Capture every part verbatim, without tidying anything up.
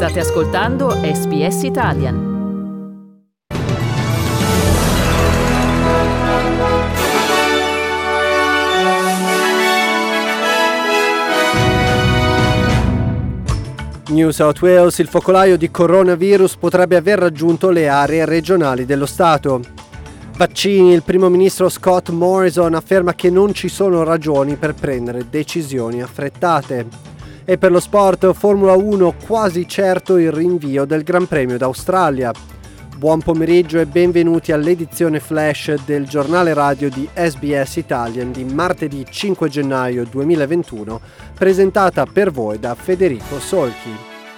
State ascoltando S B S Italian. New South Wales, il focolaio di coronavirus potrebbe aver raggiunto le aree regionali dello Stato. Vaccini, il primo ministro Scott Morrison afferma che non ci sono ragioni per prendere decisioni affrettate. E per lo sport, Formula uno, quasi certo il rinvio del Gran Premio d'Australia. Buon pomeriggio e benvenuti all'edizione flash del giornale radio di S B S Italian di martedì cinque gennaio duemilaventuno, presentata per voi da Federico Solchi.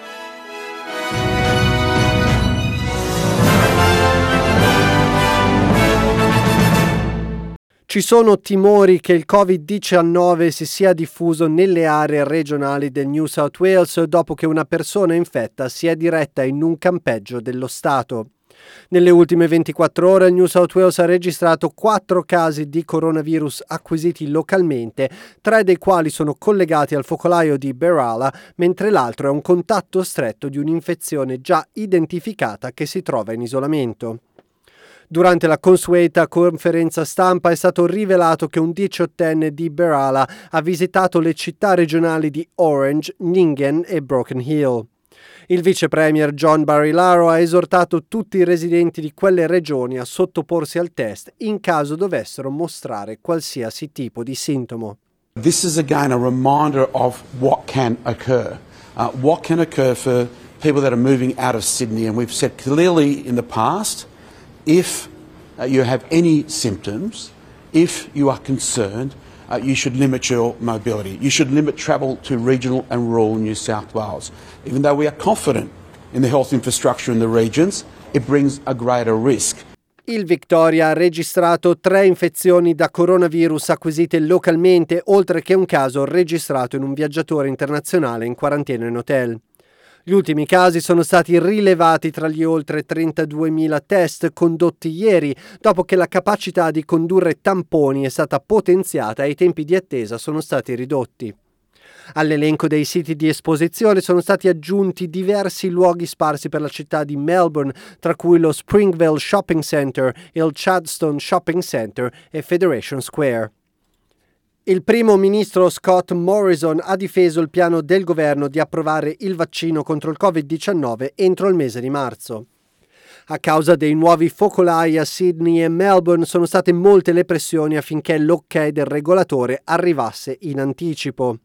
Ci sono timori che il covid diciannove si sia diffuso nelle aree regionali del New South Wales dopo che una persona infetta si è diretta in un campeggio dello Stato. Nelle ultime ventiquattro ore il New South Wales ha registrato quattro casi di coronavirus acquisiti localmente, tre dei quali sono collegati al focolaio di Berala, mentre l'altro è un contatto stretto di un'infezione già identificata che si trova in isolamento. Durante la consueta conferenza stampa è stato rivelato che un diciottenne di Berala ha visitato le città regionali di Orange, Nyngan e Broken Hill. Il vice premier John Barilaro ha esortato tutti i residenti di quelle regioni a sottoporsi al test in caso dovessero mostrare qualsiasi tipo di sintomo. This is again a reminder of what can occur. Uh, what can occur for people that are moving out of Sydney, and we've said clearly in the past, if uh, you have any symptoms, if you are concerned, Uh, you should limit your mobility. You should limit travel to regional and rural New South Wales. Even though we are confident in the health infrastructure in the regions, it brings a greater risk. Il Victoria ha registrato tre infezioni da coronavirus acquisite localmente, oltre che un caso registrato in un viaggiatore internazionale in quarantena in hotel. Gli ultimi casi sono stati rilevati tra gli oltre trentaduemila test condotti ieri, dopo che la capacità di condurre tamponi è stata potenziata e i tempi di attesa sono stati ridotti. All'elenco dei siti di esposizione sono stati aggiunti diversi luoghi sparsi per la città di Melbourne, tra cui lo Springvale Shopping Centre, il Chadstone Shopping Centre e Federation Square. Il primo ministro Scott Morrison ha difeso il piano del governo di approvare il vaccino contro il covid diciannove entro il mese di marzo. A causa dei nuovi focolai a Sydney e Melbourne sono state molte le pressioni affinché l'ok del regolatore arrivasse in anticipo.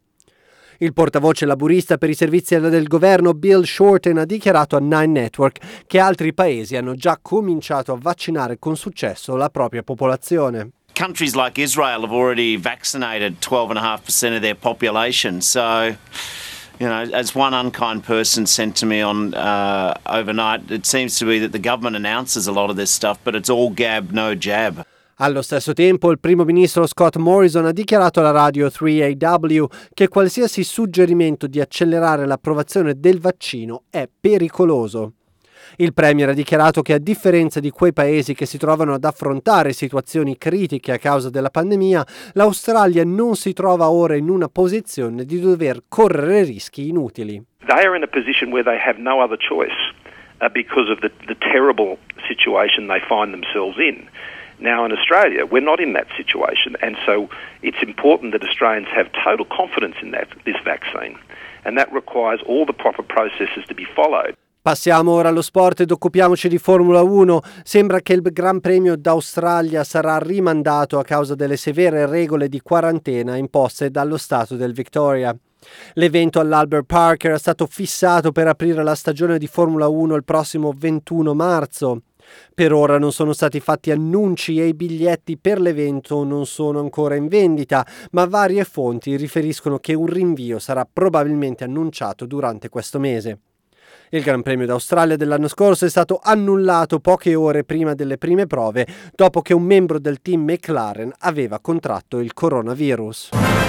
Il portavoce laburista per i servizi del governo Bill Shorten ha dichiarato a Nine Network che altri paesi hanno già cominciato a vaccinare con successo la propria popolazione. Countries like Israel have already vaccinated twelve point five percent of their population. So, you know, as one unkind person sent to me on uh, overnight, it seems to be that the government announces a lot of this stuff, but it's all gab, no jab. Allo stesso tempo, il primo ministro Scott Morrison ha dichiarato alla radio tre A W che qualsiasi suggerimento di accelerare l'approvazione del vaccino è pericoloso. Il premier ha dichiarato che a differenza di quei paesi che si trovano ad affrontare situazioni critiche a causa della pandemia, l'Australia non si trova ora in una posizione di dover correre rischi inutili. They are in a position where they have no other choice uh, because of the, the terrible situation they find themselves in. Now in Australia, we're not in that situation, and so it's important that Australians have total confidence in that, this vaccine, and that requires all the proper processes to be followed. Passiamo ora allo sport ed occupiamoci di Formula uno. Sembra che il Gran Premio d'Australia sarà rimandato a causa delle severe regole di quarantena imposte dallo Stato del Victoria. L'evento all'Albert Park era stato fissato per aprire la stagione di Formula uno il prossimo ventuno marzo. Per ora non sono stati fatti annunci e i biglietti per l'evento non sono ancora in vendita, ma varie fonti riferiscono che un rinvio sarà probabilmente annunciato durante questo mese. Il Gran Premio d'Australia dell'anno scorso è stato annullato poche ore prima delle prime prove, dopo che un membro del team McLaren aveva contratto il coronavirus.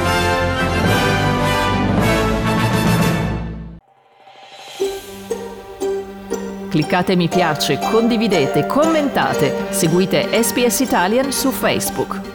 Cliccate mi piace, condividete, commentate, seguite S B S Italian su Facebook.